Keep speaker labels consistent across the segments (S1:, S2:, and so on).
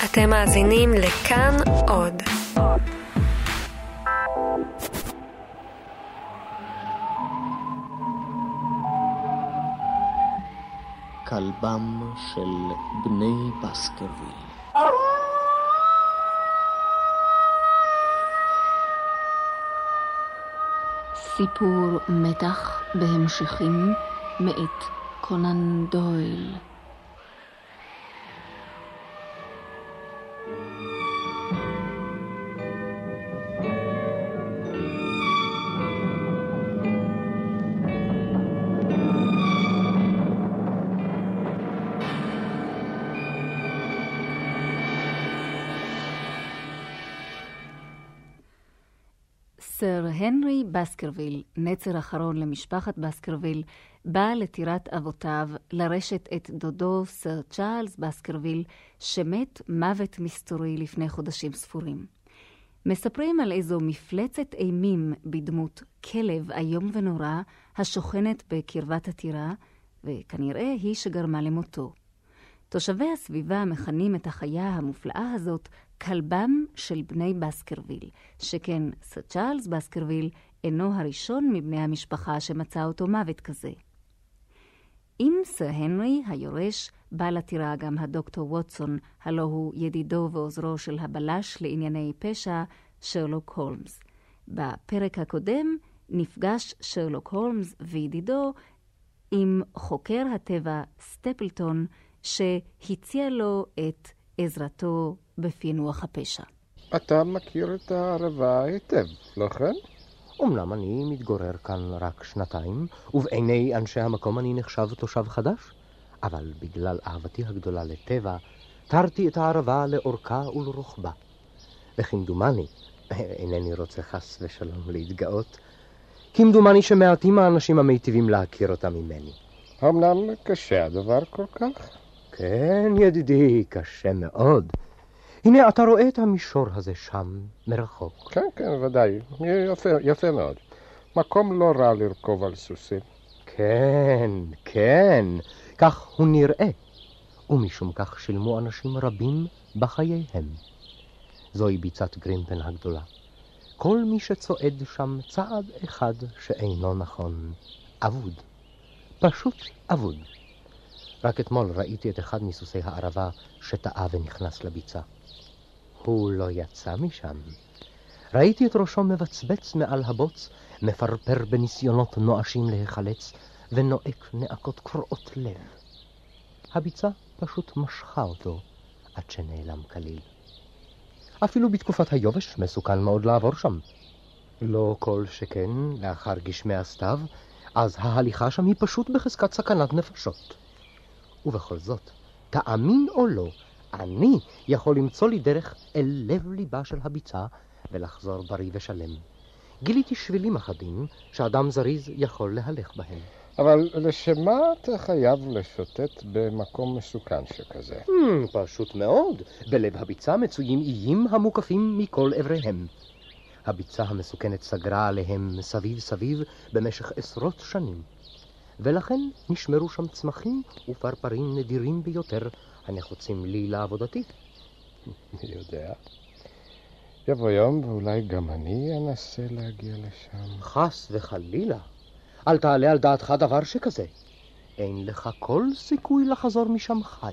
S1: אתם מאזינים לכאן עוד.
S2: כלבם של בני בסקרוויל.
S3: סיפור מתח בהמשכים מאת קונן דויל. סר הנרי בסקרוויל, נצר אחרון למשפחת בסקרוויל, בא לטירת אבותיו לרשת את דודו סר צ'ארלס בסקרוויל, שמת מוות מסתורי לפני חודשים ספורים. מספרים על איזו מפלצת אימים בדמות כלב איום ונורא, השוכנת בקרבת הטירה, וכנראה היא שגרמה למותו. תושבי הסביבה מכנים את החיה המופלאה הזאת כלבם של בני בסקרוויל, שכן סר צ'ארלס בסקרוויל אינו הראשון מבני המשפחה שמצא אותו מוות כזה. עם סר הנרי היורש בא לטירה גם הדוקטור ווטסון, הלא הוא ידידו ועוזרו של הבלש לענייני פשע, שרלוק הולמס. בפרק הקודם נפגש שרלוק הולמס וידידו עם חוקר הטבע סטפלטון, שהציע לו את עזרתו בפענוח הפשע.
S4: אתה מכיר את הערבה היטב, לא כן?
S5: אומנם אני מתגורר כאן רק 2 ובעיני אנשי המקום אני נחשב תושב חדש, אבל בגלל אהבתי הגדולה לטבע, תרתי את הערבה לאורכה ולרוחבה. וכמדומני, אינני רוצה חס ושלום להתגאות, כמדומני שמעטים האנשים המיטיבים להכיר אותה ממני.
S4: אמנם קשה הדבר כל כך?
S5: כן, ידידי, קשה מאוד. הנה, אתה רואה את המישור הזה שם, מרחוק.
S4: כן, כן, ודאי. יפה מאוד. מקום לא רע לרכוב על סוסים.
S5: כן, כן, כך הוא נראה. ומשום כך שילמו אנשים רבים בחייהם. זוהי ביצת גרימפן הגדולה. כל מי שצועד שם צעד אחד שאינו נכון. אבוד. פשוט אבוד. רק אתמול ראיתי את אחד מסוסי הערבה שטעה ונכנס לביצה. הוא לא יצא משם. ראיתי את ראשו מבצבץ מעל הבוץ, מפרפר בניסיונות נואשים להיחלץ, ונועק נעקות קרועות לב. הביצה פשוט משכה אותו עד שנעלם כליל. אפילו בתקופת היובש מסוכן מאוד לעבור שם. לא כל שכן לאחר גשמי הסתיו, אז ההליכה שם היא פשוט בחזקת סכנת נפשות. ובכל זאת, תאמין או לא, אני יכול למצוא לי דרך אל לב ליבה של הביצה ולחזור בריא ושלם. גיליתי שבילים אחדים שאדם זריז יכול להלך בהם.
S4: אבל לשמה אתה חייב לשוטט במקום מסוכן שכזה?
S5: פשוט מאוד. בלב הביצה מצויים איים המוקפים מכל עבריהם. הביצה המסוכנת סגרה עליהם סביב במשך עשרות שנים. ולכן נשמרו שם צמחים ופרפרים נדירים ביותר הנחוצים לי לעבודתי.
S4: מי יודע? יבוא יום ואולי גם אני אנסה להגיע לשם.
S5: חס וחלילה. אל תעלה על דעתך דבר שכזה. אין לך כל סיכוי לחזור משם חי.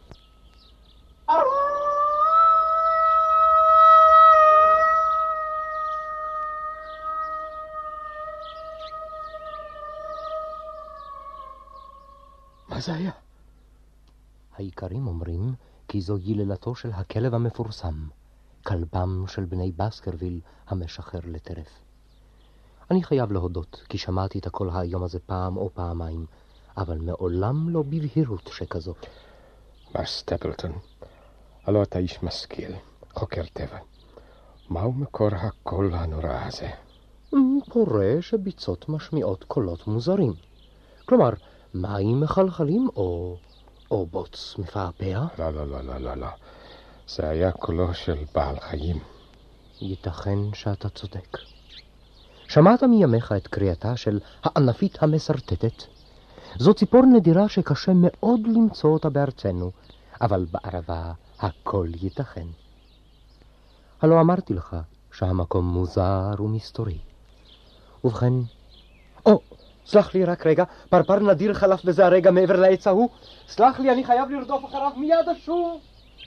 S4: מה זה היה?
S5: העיקרים אומרים כי זו יללתו של הכלב המפורסם, כלבם של בני בסקרוויל המשחרר לטרף. אני חייב להודות כי שמעתי את הקול היום הזה פעם או פעמיים, אבל מעולם לא בבהירות שכזאת.
S4: מר סטפלטון, הלא אתה איש משכיל, חוקר טבע. מהו מקור הקול הנורא הזה?
S5: קורה שביצות משמיעות קולות מוזרים. כלומר, מים מחלחלים או בוץ מפעפע?
S4: לא. זה היה קולו של בעל חיים.
S5: ייתכן שאתה צודק. שמעת מימיך את קריאתה של הענפית המסרטטת? זו ציפור נדירה שקשה מאוד למצוא אותה בארצנו, אבל בערבה הכל ייתכן. הלא אמרתי לך שהמקום מוזר ומסתורי. ובכן, סלח לי רק רגע, פרפר נדיר חלף בזה הרגע מעבר לעץ ההוא. סלח לי, אני חייב לרדוף אחריו מיד אשוב.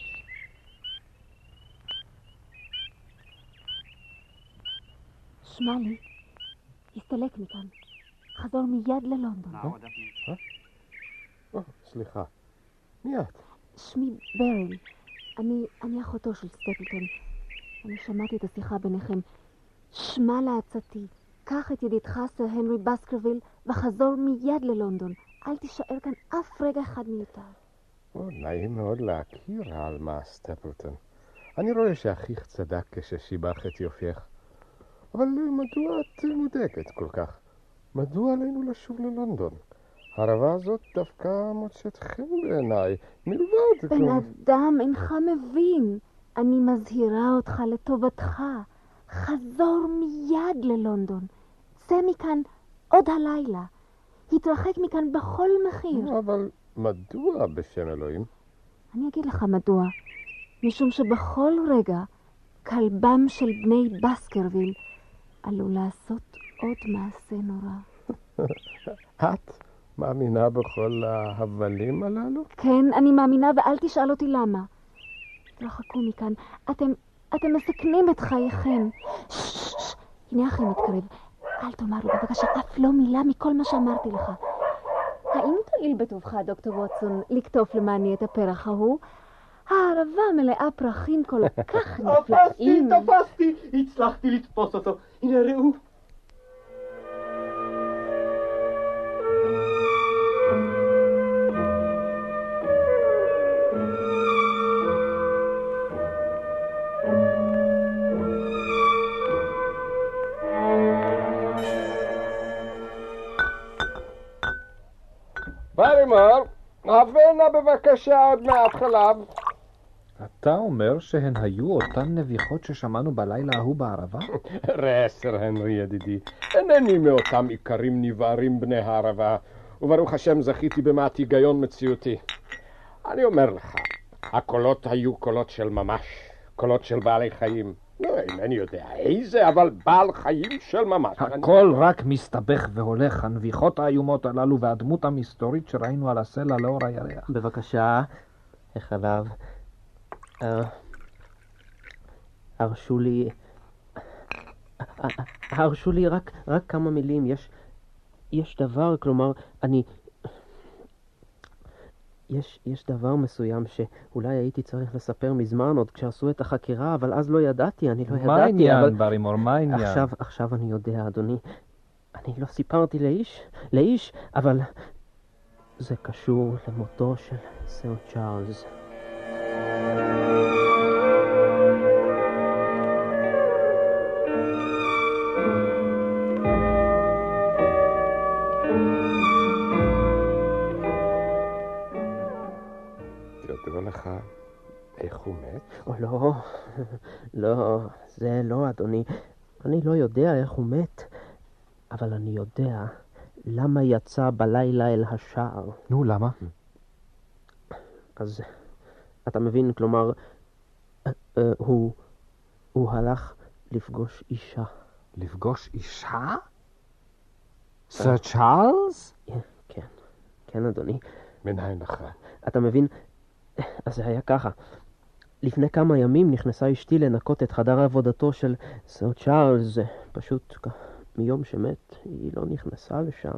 S3: שמע לי, הסתלק מכאן. חזור מיד ללונדון.
S4: סליחה. מיד.
S3: שמי ברל. אני אחותו של סטפלטון. אני שמעתי את השיחה ביניכם. שמע לעצתי. קח את ידידך סר הנרי בסקרוויל וחזור מיד ללונדון. אל תישאר כאן אף רגע אחד מיותר.
S4: נעים מאוד להכיר, עלמה סטפלטון. אני רואה שאחיך צדק כששיבח את יופייך. אבל מדוע את מודאגת כל כך? מדוע עלינו לשוב ללונדון? הערבה הזאת דווקא מוצאת חן בעיניי, מלבד...
S3: בן אדם, אינך מבין. אני מזהירה אותך לטובתך. חזור מיד ללונדון. צא מכאן עוד הלילה. התרחק מכאן בכל מחיר.
S4: אבל מדוע בשם אלוהים?
S3: אני אגיד לך מדוע. משום שבכל רגע כלבם של בני בסקרוויל עלול לעשות עוד מעשה נורא.
S4: את מאמינה בכל ההבלים הללו?
S3: כן, אני מאמינה, ואל תשאל אותי למה. תרחקו מכאן. אתם מסכנים את חייכם. הנה אחי מתקרב. אל תאמר לו בבקשה אף לא מילה מכל מה שאמרתי לך. האם תועיל בטובך, דוקטור ווטסון, לקטוף למעני את הפרח ההוא? הערבה מלאה פרחים כל כך נפלאים.
S5: תפסתי! הצלחתי לתפוס אותו. הנה ראו.
S4: ברימור, הבנה בבקשה עוד מעט חלב.
S6: אתה אומר שהן היו אותן נביחות ששמענו בלילה ההוא בערבה?
S4: ראה סר הנרי ידידי, אינני מאותם עיקרים נבערים בני הערבה, וברוך השם זכיתי במעט היגיון מציאותי. אני אומר לך, הקולות היו קולות של ממש, קולות של בעלי חיים. אינני יודע איזה, אבל בעל חיים של ממש.
S6: הכל רק מסתבך והולך, הנביחות האיומות הללו והדמות המסתורית שראינו על הסלע לאור הירח.
S5: בבקשה, החלב. הרשו לי רק כמה מילים. יש דבר, כלומר, יש דבר מסוים שאולי הייתי צריך לספר מזמן עוד כשעשו את החקירה, אבל אז לא ידעתי,
S6: מה העניין, ברימור, מה העניין?
S5: עכשיו אני יודע, אדוני. אני לא סיפרתי לאיש, אבל זה קשור למותו של סר צ'ארלס.
S4: ידוע לך איך הוא מת?
S5: לא, זה לא, אדוני. אני לא יודע איך הוא מת, אבל אני יודע למה יצא בלילה אל השער.
S6: נו, למה?
S5: אז אתה מבין, כלומר, הוא הלך לפגוש אישה.
S6: לפגוש אישה? סר צ'ארלס?
S5: כן, אדוני.
S4: מנין לך?
S5: אתה מבין, אז זה היה ככה. לפני כמה ימים נכנסה אשתי לנקות את חדר עבודתו של סר צ'ארלס. פשוט מיום שמת היא לא נכנסה לשם.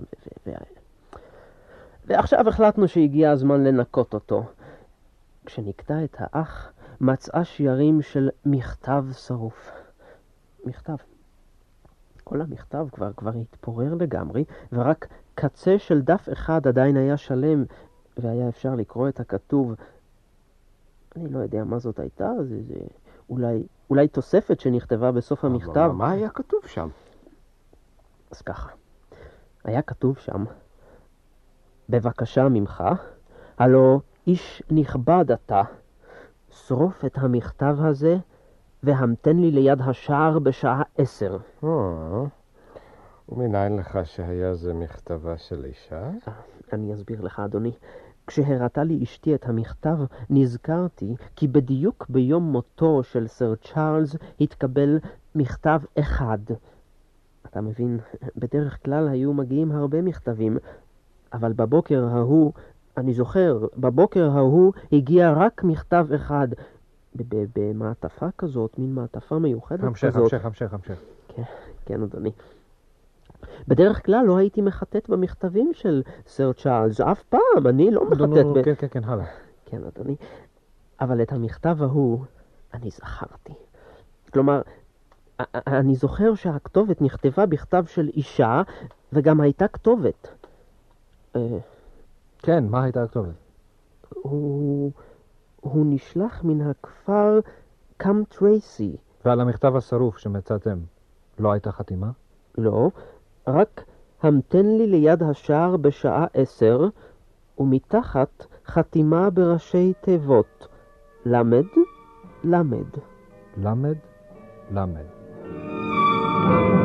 S5: ועכשיו החלטנו שהגיע הזמן לנקות אותו. כשנקטה את האח, מצאה שיירים של מכתב שרוף. מכתב. כל המכתב כבר התפורר לגמרי, ורק קצה של דף אחד עדיין היה שלם, והיה אפשר לקרוא את הכתוב. אני לא יודע מה זאת הייתה, זה אולי תוספת שנכתבה בסוף המכתב.
S4: מה היה כתוב שם?
S5: אז ככה, היה כתוב שם, בבקשה ממך, הלא איש נכבד אתה, שרוף את המכתב הזה והמתן לי ליד השער בשעה 10.
S4: ומנין לך שהיה זה מכתבה של אישה?
S5: אני אסביר לך, אדוני.
S7: כשהראתה לי אשתי את המכתב, נזכרתי כי בדיוק ביום מותו של סר צ'ארלס התקבל מכתב אחד. אתה מבין, בדרך כלל היו מגיעים הרבה מכתבים, אבל בבוקר ההוא, אני זוכר, בבוקר ההוא הגיע רק מכתב אחד, במעטפה כזאת, מין מעטפה מיוחדת כזאת.
S6: המשך.
S7: כן, אדוני. בדרך כלל לא הייתי מחטט במכתבים של סר צ'ארלס, אף פעם, אני לא מחטט
S6: כן, הלאה.
S7: כן, אדוני. אבל את המכתב ההוא אני זכרתי. כלומר, אני זוכר שהכתובת נכתבה בכתב של אישה, וגם הייתה כתובת.
S6: כן, מה הייתה הכתובת?
S7: הוא נשלח מן הכפר קאם טרייסי.
S6: ועל המכתב השרוף שמצאתם, לא הייתה חתימה?
S7: לא, רק המתן לי ליד השער בשעה 10, ומתחת חתימה בראשי תיבות. למד.
S6: למד.